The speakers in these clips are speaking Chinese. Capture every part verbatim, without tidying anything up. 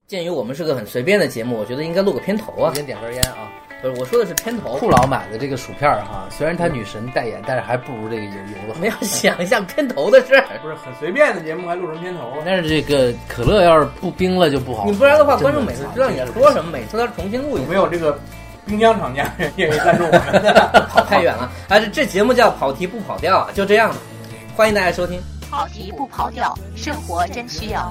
鉴于我们是个很随便的节目，我觉得应该录个片头啊。 先点根烟啊。 不是，我说的是片头。 酷老买的这个薯片哈，虽然他女神代言，但是还不如这个油油的。 我们要想一下片头的事儿。 不是很随便的节目，还录成片头。 但是这个可乐要是不冰了就不好。 你不然的话，观众每次知道你说什么，每次都要重新录一次。 有没有这个冰箱厂家愿意赞助我们？ 跑太远了啊！这这节目叫跑题不跑调啊，就这样的。欢迎大家收听。 跑题不跑调，生活真需要。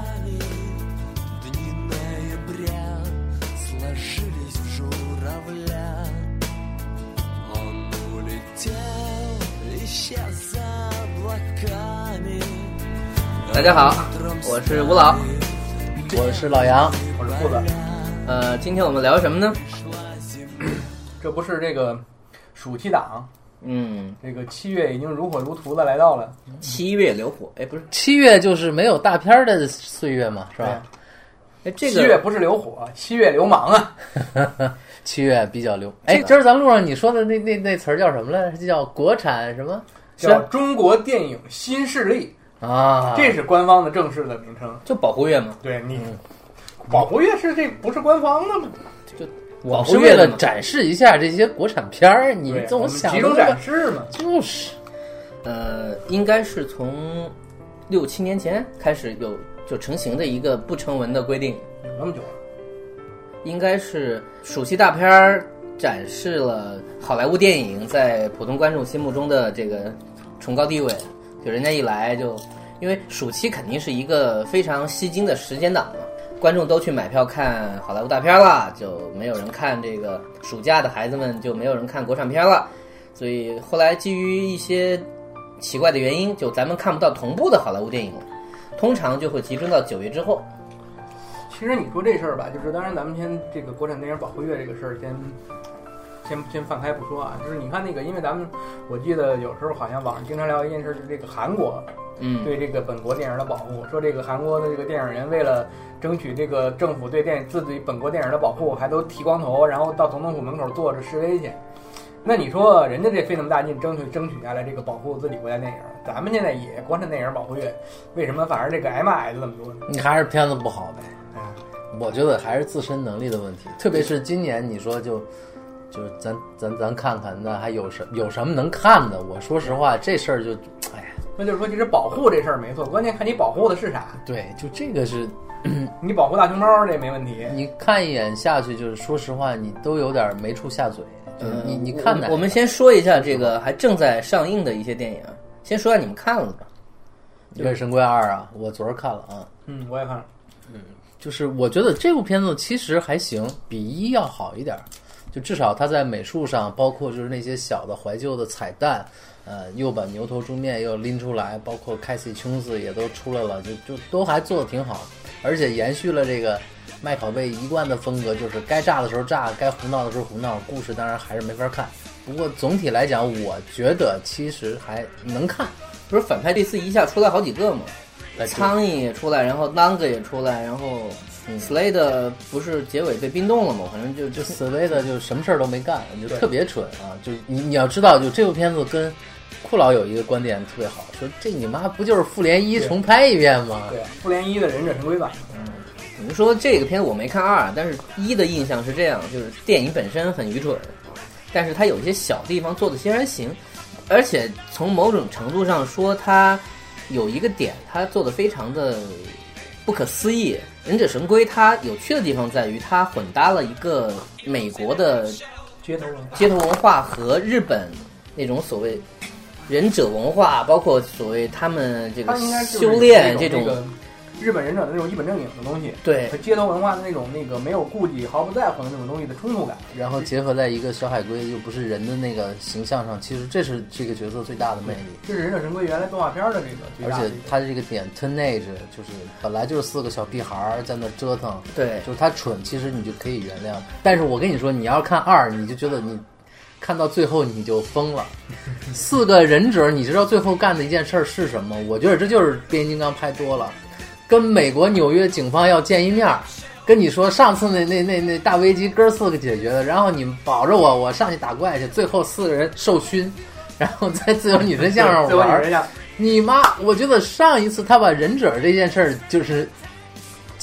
大家好，我是吴老， 我是老杨， 我是兔子。 呃，今天我们聊什么呢？ 这不是这个暑期档， 嗯， 这个七月已经如火如荼的来到了。 七月流火，哎，不是七月就是没有大片的岁月嘛，是吧？ 哎，这个七月不是流火，七月流氓啊。 七月比较流。哎，今儿咱路上你说的那那那词儿叫什么来着？这叫国产什么？ 叫中国电影新势力啊， 这是官方的正式的名称。 就保护月嘛。 对你，嗯、保护月是这不是官方的吗？ 就我是为了展示一下这些国产片儿，你这么想集中展示嘛？ 就是， 呃，应该是从六七年前开始有就成型的一个不成文的规定。 有那么久了？ 应该是暑期大片儿展示了好莱坞电影在普通观众心目中的这个崇高地位。就人家一来就，因为暑期肯定是一个非常吸睛的时间档嘛，观众都去买票看好莱坞大片了，就没有人看这个暑假的孩子们就没有人看国产片了。所以后来基于一些奇怪的原因，就咱们看不到同步的好莱坞电影了，通常就会集中到九月之后。 其实你说这事儿吧，就是当然咱们先这个国产电影保护月这个事儿先先先放开不说啊，就是你看那个，因为咱们我记得有时候好像网上经常聊一件事，就是这个韩国嗯对这个本国电影的保护，说这个韩国的这个电影人为了争取这个政府对电影自己本国电影的保护，还都剃光头，然后到总统府门口坐着示威去。那你说人家这费那么大劲争取争取下来这个保护自己国家电影，咱们现在也国产电影保护月，为什么反而这个挨骂挨的这么多呢？ 你还是片子不好呗。我觉得还是自身能力的问题，特别是今年你说就就咱咱咱看看那还有什有什么能看的？我说实话这事儿就哎呀， 那就是说其实保护这事儿没错，关键看你保护的是啥。 对，就这个是你保护大熊猫这没问题， 你看一眼下去就是说实话你都有点没处下嘴。嗯，你你看哪？ 我们先说一下这个还正在上映的一些电影，先说下你们看了吧。 《月神龟二》啊，我昨儿看了啊。 嗯，我也看了。 嗯，就是我觉得这部片子其实还行，比一要好一点。就至少它在美术上，包括就是那些小的怀旧的彩蛋，呃，又把牛头猪面又拎出来，包括凯西琼斯也都出来了，就就都还做得挺好，而且延续了这个麦考贝一贯的风格，就是该炸的时候炸，该胡闹的时候胡闹。故事当然还是没法看，不过总体来讲，我觉得其实还能看。 不是反派这次一下出来好几个嘛？苍蝇也出来，然后当个也出来，然后斯雷德不是结尾被冰冻了吗？反正就就斯雷德就什么事儿都没干，就特别蠢啊！就你你要知道，就这部片子跟库老有一个观点特别好，说这你妈不就是复联一重拍一遍吗？ 对，复联一的忍者神龟版。 嗯，你们说这个片子我没看二，但是一的印象是这样，就是电影本身很愚蠢，但是它有一些小地方做的其实还行，而且从某种程度上说，它有一个点，它做的非常的不可思议。忍者神龟它有趣的地方在于，它混搭了一个美国的街头文化街头文化和日本那种所谓忍者文化，包括所谓他们这个修炼这种日本忍者的那种一本正经的东西， 对， 和街头文化的那种那个没有顾忌、毫不在乎的那种东西的冲突感， 然后结合在一个小海龟又不是人的那个形象上，其实这是这个角色最大的魅力。 这是忍者神龟原来动画片的这个最大的， 而且他这个点 teenage 就是本来就是四个小屁孩在那折腾， 对， 就是他蠢，其实你就可以原谅。但是我跟你说，你要是看二，你就觉得你看到最后你就疯了。四个忍者，你知道最后干的一件事是什么？我觉得这就是变形金刚拍多了。跟美国纽约警方要见一面，跟你说上次那那那那大危机哥四个解决的，然后你们保着我，我上去打怪去，最后四个人受熏，然后在自由女神像上玩。 自由女神像， 你妈！我觉得上一次他把忍者这件事儿就是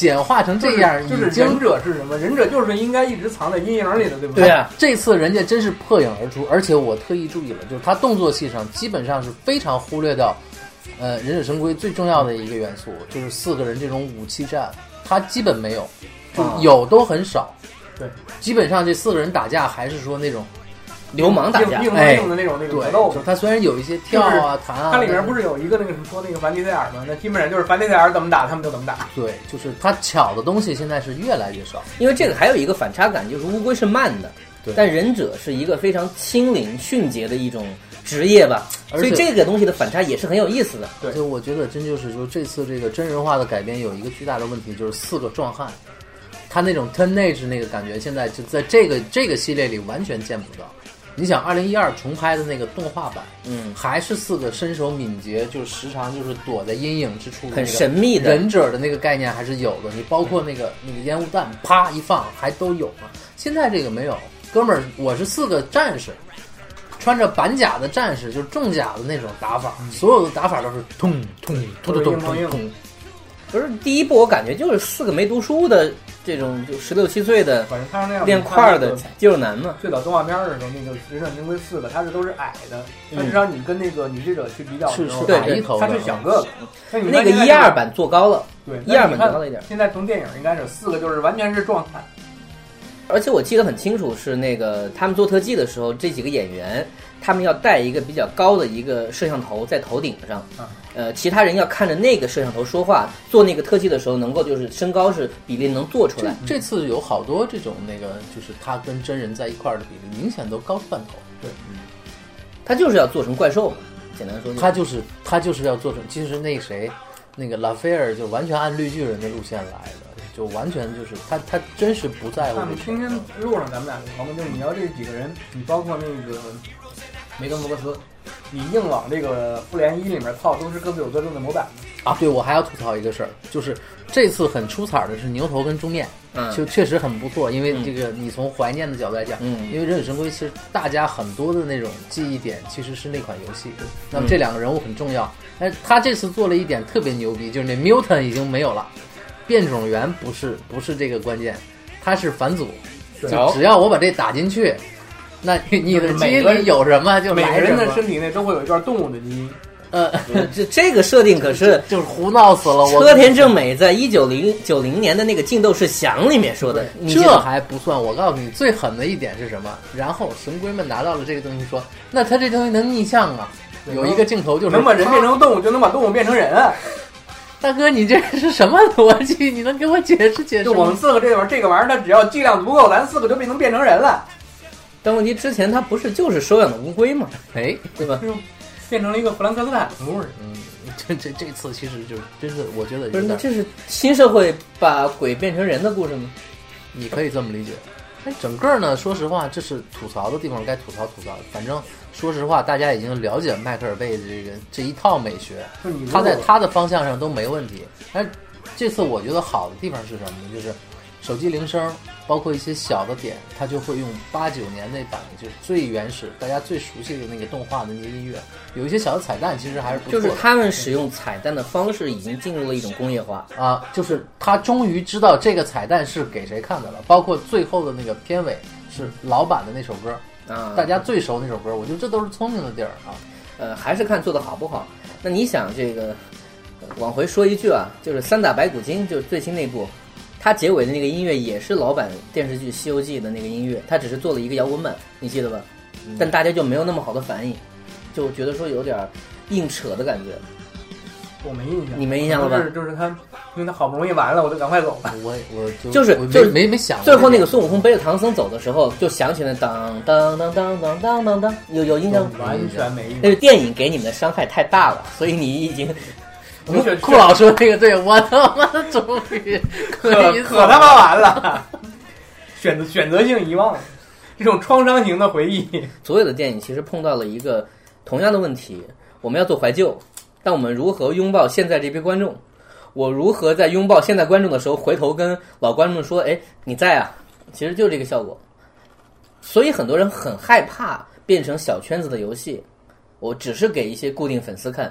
简化成这样， 就是已经忍者是什么？忍者就是应该一直藏在阴影里的，对不对啊， 这次人家真是破影而出，而且我特意注意了，就是他动作戏上基本上是非常忽略掉，呃，忍者神龟最重要的一个元素，就是四个人这种武器战，他基本没有，就有都很少。 对， 基本上这四个人打架还是说那种流氓打架， 硬哎硬的那种那种对格斗。 他虽然有一些跳啊、弹啊， 它里面不是有一个那个什么说那个凡蒂塞尔吗？那基本上就是凡蒂塞尔怎么打，他们就怎么打。 对，就是他巧的东西现在是越来越少。 因为这个还有一个反差感，就是乌龟是慢的， 对， 但忍者是一个非常轻灵迅捷的一种职业吧，所以这个东西的反差也是很有意思的。 对，所以我觉得真就是说这次这个真人化的改编有一个巨大的问题，就是四个壮汉，他那种 teenage 那个感觉，现在就在这个这个系列里完全见不到。你想，二零一二重拍的那个动画版， 嗯， 还是四个身手敏捷，就时常就是躲在阴影之处， 很神秘的忍者的那个概念还是有的。你包括那个那个烟雾弹，啪一放，还都有呢。现在这个没有，哥们儿，我是四个战士，穿着板甲的战士，就是重甲的那种打法，嗯、所有的打法都是通通通通通通。 不是第一部，我感觉就是四个没读书的这种就十六七岁的， 反正他是那样练块的肌肉男嘛。 最早动画片的时候，那个忍者神龟四个，他是都是矮的，他至少你跟那个女记者去比较的时候， 是矮一头， 他是小个子。 那个一二版做高了， 对， 一二版做高了一点。 现在从电影应该是四个，就是完全是壮汉。 而且我记得很清楚，是那个他们做特技的时候，这几个演员他们要带一个比较高的一个摄像头在头顶上，呃，其他人要看着那个摄像头说话，做那个特技的时候，能够就是身高是比例能做出来。 这, 这次有好多这种那个，就是他跟真人在一块儿的比例，明显都高出半头。 对， 嗯，他就是要做成怪兽嘛，简单说、就是， 他就是他就是要做成，其实那谁，那个拉斐尔就完全按绿巨人的路线来的。就完全就是他，他真是不在乎。 他们今天路上咱们俩聊嘛，就是你要这几个人，你包括那个梅登·罗克斯，你硬往这个复联一里面套，都是各自有各自的模板啊。对，我还要吐槽一个事儿，就是这次很出彩的是牛头跟猪面， 嗯， 就确实很不错。因为这个你从怀念的角度来讲， 嗯， 因为忍者神龟其实大家很多的那种记忆点其实是那款游戏，那么这两个人物很重要。但是他这次做了一点特别牛逼，就是那 Mutant 已经没有了。变种源不是不是这个关键，它是反祖，就只要我把这打进去，那你的基因里有什么就每个人的身体体内都会有一段动物的基因。 呃， 这这个设定可是就是胡闹死了。 车田正美在一九零九零年的那个《竞斗士翔》里面说的， 这还不算。我告诉你，最狠的一点是什么？然后神龟们拿到了这个东西，说，那他这东西能逆向啊？有一个镜头就是能把人变成动物，就能把动物变成人啊。 大哥，你这是什么逻辑？你能给我解释解释吗？ 就我们四个这玩意儿，这个玩意儿，它只要剂量足够，咱四个就变能变成人了。 但问题之前它不是就是收养的乌龟吗？ 哎， 对吧？ 变成了一个弗兰克斯坦的故事。 嗯，这这这次其实就是真是，我觉得不是，那这是新社会把鬼变成人的故事吗？ 你可以这么理解。但整个呢，说实话，这是吐槽的地方，该吐槽吐槽。反正说实话，大家已经了解迈克尔贝的这个这一套美学，他在他的方向上都没问题。但这次我觉得好的地方是什么呢？就是手机铃声，包括一些小的点，它就会用八九年那版的，就是最原始、大家最熟悉的那个动画的那些音乐，有一些小的彩蛋，其实还是不错的。 就是他们使用彩蛋的方式已经进入了一种工业化啊，就是他终于知道这个彩蛋是给谁看的了，包括最后的那个片尾是老版的那首歌啊， 大家最熟那首歌，我觉得这都是聪明的地儿啊。 呃，还是看做的好不好。那你想这个，往回说一句啊，就是三打白骨精，就是最新那部。它结尾的那个音乐也是老版电视剧《西游记》的那个音乐，它只是做了一个摇滚版，你记得吧？嗯、但大家就没有那么好的反应，就觉得说有点硬扯的感觉。 我没印象， 你没印象了吧？ 就是就是他，因为他好不容易完了，我就赶快走吧。 我我就就是我就是没没想最后那个孙悟空背着唐僧走的时候，就想起了当当当当当当当当，有有印象吗？ 完全没印象。 那个电影给你们的伤害太大了，所以你已经。 库老说那个对我他妈的终于可可他妈完了，选择选择性遗忘，这种创伤型的回忆。 所有的电影其实碰到了一个同样的问题，我们要做怀旧，但我们如何拥抱现在这批观众？我如何在拥抱现在观众的时候，回头跟老观众说：“哎，你在啊？”其实就是这个效果。所以很多人很害怕变成小圈子的游戏，我只是给一些固定粉丝看。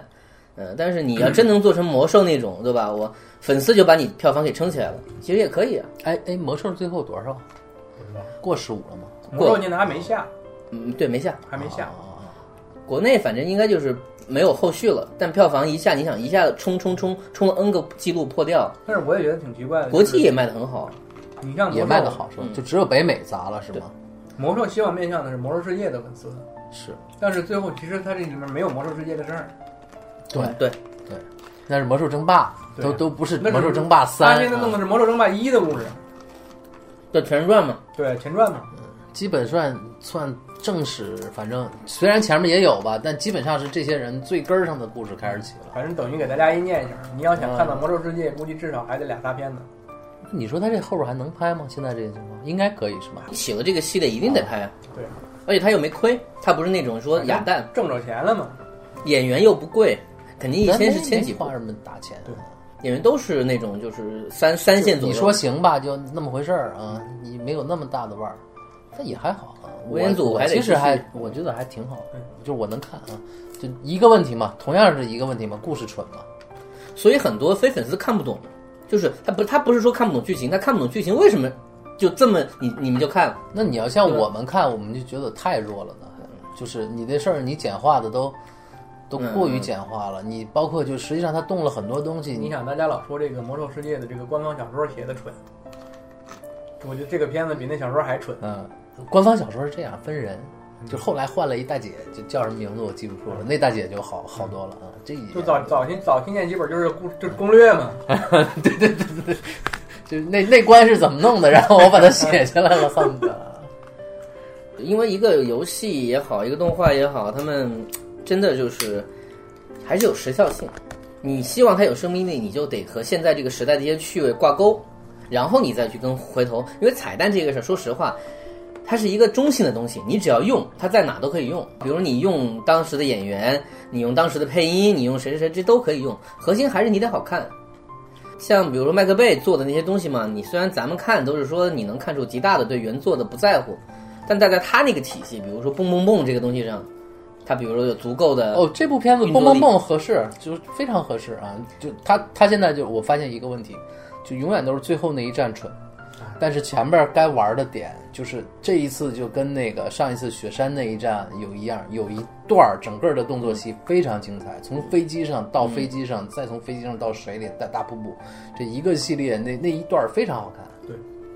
呃，但是你要真能做成魔兽那种，对吧？我粉丝就把你票房给撑起来了，其实也可以啊。 哎哎，魔兽最后多少？ 不知道过十五了吗？ 魔兽现在还没下， 嗯，对，没下， 还没下。 哦国内反正应该就是没有后续了，但票房一下，你想一下冲冲冲冲了 N 个记录破掉， 但是我也觉得挺奇怪的， 国际也卖得很好。 你像也卖得好是吧？就只有北美砸了是吗？ 魔兽希望面向的是魔兽世界的粉丝， 是， 但是最后其实它这里面没有魔兽世界的事儿。 对对对，那是魔兽争霸，都都不是魔兽争霸三。 他现在弄的是魔兽争霸一的故事， 对，前传嘛， 对，前传嘛， 基本算算正史，反正虽然前面也有吧，但基本上是这些人最根儿上的故事开始起了。 反正等于给大家一念想，你要想看到魔兽世界，估计至少还得俩仨片子。 你说他这后边还能拍吗？现在这个情况应该可以是吧？ 起了这个系列一定得拍啊。 对， 而且他又没亏，他不是那种说哑蛋， 挣着钱了嘛。 演员又不贵，肯定一先是前几部花什么大钱。 对， 演员都是那种就是三三线左右。 你说行吧，就那么回事儿啊，你没有那么大的腕儿，但也还好啊。 文彦祖还得其实还我觉得还挺好的，就是我能看啊，就一个问题嘛，同样是一个问题嘛，故事蠢嘛， 所以很多非粉丝看不懂，就是他不他不是说看不懂剧情，他看不懂剧情为什么就这么你你们就看了？ 那你要像我们看，我们就觉得太弱了呢，就是你这事儿你简化的都都过于简化了，嗯、你包括就实际上他动了很多东西。 你想大家老说这个魔兽世界的这个官方小说写的蠢，我觉得这个片子比那小说还蠢。 嗯。官方小说是这样分人，就后来换了一大姐，就叫什么名字我记不住了，那大姐就好好多了啊。这就早早期早期那几本就是攻就是攻略嘛， 对对对对，就那那关是怎么弄的，然后我把它写下来了，恨不得。 因为一个游戏也好，一个动画也好，他们真的就是还是有时效性。你希望它有生命力，你就得和现在这个时代这些趣味挂钩。然后你再去跟回头，因为彩蛋这个事儿，说实话，它是一个中性的东西，你只要用，它在哪都可以用。比如你用当时的演员，你用当时的配音，你用谁谁谁，这都可以用。核心还是你得好看。像比如说麦克贝做的那些东西嘛，你虽然咱们看都是说你能看出极大的对原作的不在乎，但在在他那个体系，比如说蹦蹦蹦这个东西上，他比如说有足够的哦，这部片子蹦蹦蹦合适，就是非常合适啊。就他他现在就我发现一个问题。就永远都是最后那一站蠢，但是前边该玩的点就是这一次就跟那个上一次雪山那一站有一样，有一段整个的动作戏非常精彩，从飞机上到飞机上，嗯、再从飞机上到水里大大瀑布，这一个系列那那一段非常好看。 对，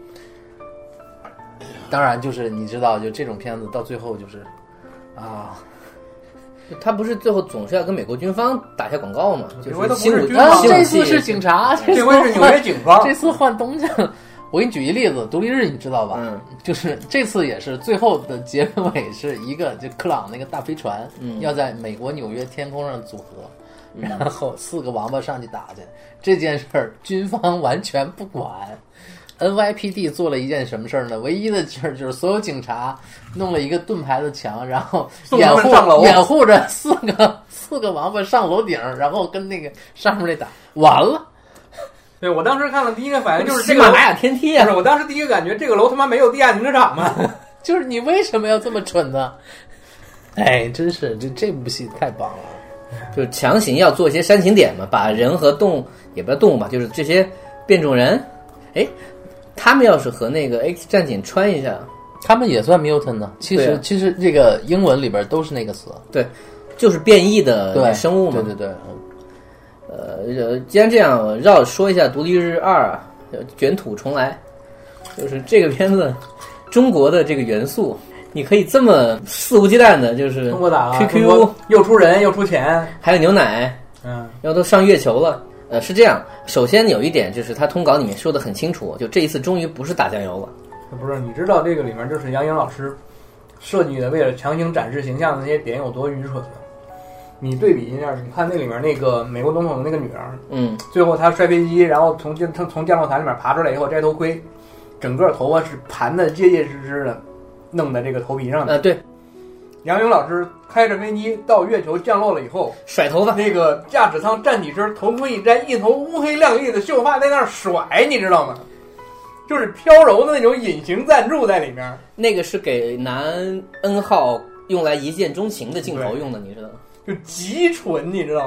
当然就是你知道，就这种片子到最后就是啊。 他不是最后总是要跟美国军方打下广告嘛？ 这回都不是军方，这次是警察， 这回是纽约警方， 这次换东家。我给你举一例子，独立日你知道吧？ 嗯， 就是这次也是最后的结尾是一个就克朗那个大飞船， 嗯， 要在美国纽约天空上组合，嗯、然后四个王八上去打去，这件事儿军方完全不管。N Y P D 做了一件什么事儿呢？唯一的事儿就是所有警察弄了一个盾牌的墙，然后掩护掩护着四个四个王八上楼顶，然后跟那个上面那打完了。 对，我当时看了第一个反应就是这个喜马拉雅天梯啊！ 我当时第一个感觉这个楼他妈没有地下停车场吗？ 就是你为什么要这么蠢呢？哎，真是这这部戏太棒了， 就是强行要做一些煽情点嘛，把人和动物也不叫动物吧，就是这些变种人，哎。他们要是和那个 X 战警穿一下， 他们也算 mutant 呢。其实、啊、其实这个英文里边都是那个词， 对，就是变异的生物嘛。 对对对。 呃，既然这样，绕说一下《独立日二》啊，卷土重来，就是这个片子中国的这个元素，你可以这么肆无忌惮的，就是中国打了 Q Q 又出人又出钱， 还有牛奶， 嗯， 然后都上月球了。呃，是这样。首先有一点就是他通稿里面说的很清楚，就这一次终于不是打酱油了。 不是，你知道这个里面就是杨颖老师设计的，为了强行展示形象的那些点有多愚蠢吗？你对比一下，你看那里面那个美国总统的那个女儿， 嗯， 最后她摔飞机，然后从从从降落伞里面爬出来以后摘头盔，整个头发是盘的结结实实的，弄在这个头皮上的。 呃，对。 杨颖老师开着飞机到月球降落了以后， 甩头发， 那个驾驶舱站起身，头盔一摘，一头乌黑亮丽的秀发在那儿甩，你知道吗？就是飘柔的那种隐形赞助在里面。 那个是给男 N 号用来一见钟情的镜头用的，你知道吗？ 就极蠢，你知道吗？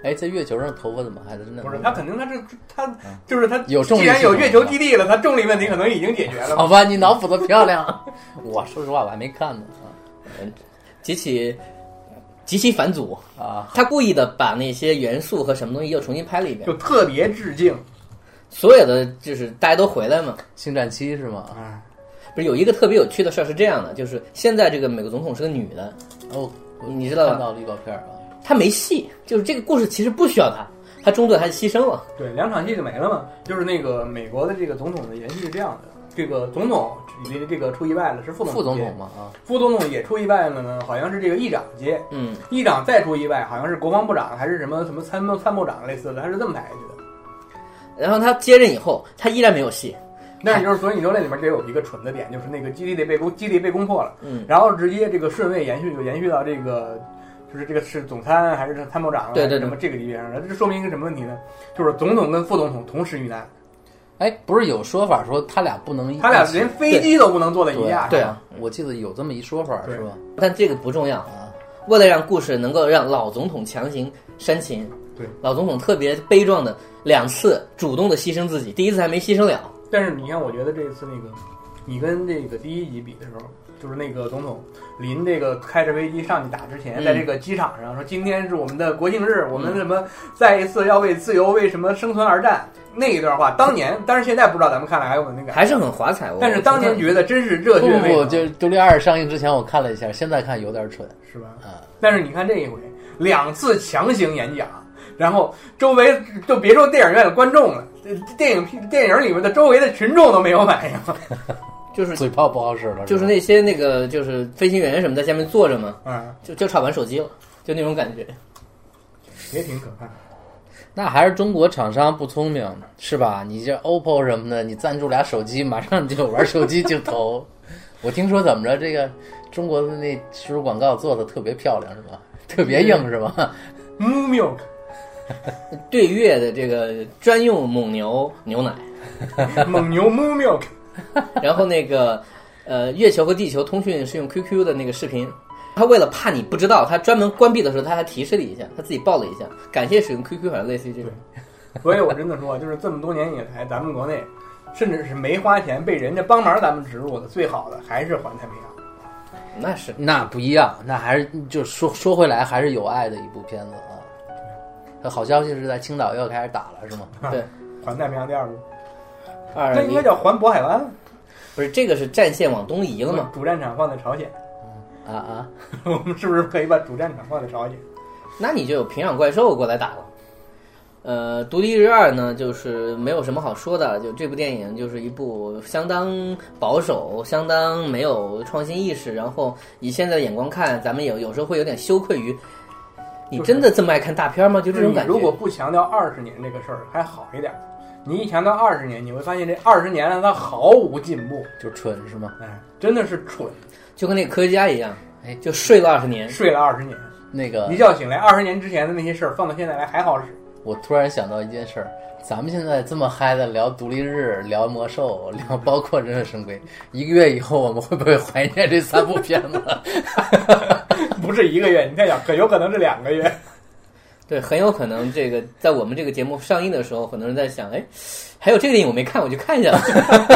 哎，在月球上头发怎么还是那？ 不是，他肯定他是他就是他， 有重力， 既然有月球基地了，他重力问题可能已经解决了。 好吧，你脑补的漂亮。我说实话，我还没看呢啊。 嗯，极其极其反祖啊！ 他故意的把那些元素和什么东西又重新拍了一遍， 就特别致敬。 所有的就是大家都回来嘛。 星战七是吗？ 啊， 不是有一个特别有趣的事儿是这样的，就是现在这个美国总统是个女的哦， 你知道吧？ 看到了预告片啊。 他没戏，就是这个故事其实不需要他，他中段还牺牲了。 对，两场戏就没了嘛。就是那个美国的这个总统的延续是这样的，这个总统离这个出意外了，是副总副总统嘛啊， 副总统也出意外了呢，好像是这个议长接， 嗯， 议长再出意外，好像是国防部长还是什么什么参谋参谋长类似的，他是这么抬下去的。 然后他接任以后，他依然没有戏。 但是就是，所以你说那里面就有一个蠢的点，就是那个基地被攻，基地被攻破了， 嗯， 然后直接这个顺位延续就延续到这个。就是这个是总参还是参谋长啊？ 对对对， 什么这个级别上？这说明一个什么问题呢？就是总统跟副总统同时遇难。 哎，不是有说法说他俩不能， 他俩连飞机都不能坐在一架。 对啊， 我记得有这么一说法是吧？ 但这个不重要啊。为了让故事能够让老总统强行煽情， 对， 老总统特别悲壮的两次主动的牺牲自己，第一次还没牺牲了。 但是你看，我觉得这次那个，你跟这个第一集比的时候。就是那个总统临这个开着飞机上去打之前，在这个机场上说今天是我们的国庆日，我们什么再一次要为自由、为什么生存而战。那一段话，当年，但是现在不知道咱们看来还有没有那个， 还是很华彩。 但是当年觉得真是热血沸腾。 不不，就独立二上映之前我看了一下，现在看有点蠢， 是吧？ 啊， 但是你看这一回，两次强行演讲，然后周围就别说电影院的观众了，电影电影里面的周围的群众都没有反应。 就是嘴炮不好使了， 就是那些那个就是飞行员什么在下面坐着嘛， 嗯， 就就插玩手机了，就那种感觉， 也挺可怕。 那还是中国厂商不聪明，是吧？你这 O P P O 什么的，你赞助俩手机，马上就玩手机镜头。我听说怎么着，这个中国的那植入广告做的特别漂亮，是吧？特别硬，是吧 ？Moo Milk， 对越的这个专用蒙牛牛奶， 蒙牛 Moo Milk。 然后那个，呃，月球和地球通讯是用 Q Q 的那个视频，他为了怕你不知道，他专门关闭的时候他还提示了一下，他自己报了一下，感谢使用 Q Q， 好像类似于这种。 所以我真的说，就是这么多年以来，咱们国内甚至是没花钱被人家帮忙咱们植入的最好的，还是环太平洋。 那是那不一样，那还是就说说回来，还是有爱的一部片子啊。好消息是在青岛又要开始打了，是吗？ 对， 环太平洋第二部。 二那应该叫环渤海湾了， 不是这个是战线往东移了吗？ 主战场放在朝鲜， 啊啊， 我们是不是可以把主战场放在朝鲜？ 那你就有平壤怪兽过来打了。呃，独立日二呢，就是没有什么好说的，就这部电影就是一部相当保守、相当没有创新意识，然后以现在的眼光看，咱们有有时候会有点羞愧于，你真的这么爱看大片吗？就这种感觉。 如果不强调二十年这个事儿还好一点。你一强调二十年，你会发现这二十年来它毫无进步， 就蠢是吗？ 哎，真的是蠢， 就跟那个科学家一样，哎，就睡了二十年， 睡了二十年， 那个一觉醒来，二十年之前的那些事儿放到现在来还好使。 我突然想到一件事儿，咱们现在这么嗨的聊独立日、聊魔兽、聊包括忍者神龟，一个月以后我们会不会怀念这三部片子？ 不是一个月，你再想，可有可能是两个月。 对，很有可能这个在我们这个节目上映的时候，很多人在想，哎，还有这个电影我没看，我去看一下了。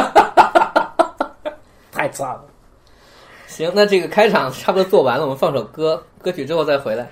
太惨了。 行，那这个开场差不多做完了，我们放首歌，歌曲之后再回来。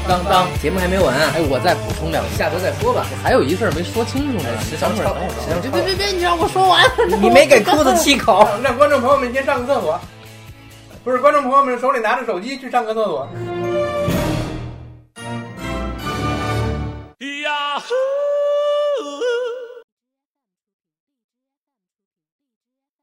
当当， 节目还没完啊， 哎，我再补充两句， 下周再说吧。 还有一事儿没说清楚呢。 时长超，时长别别别别，你让我说完， 你没给裤子气口。 让观众朋友们先上个厕所，不是观众朋友们手里拿着手机去上个厕所。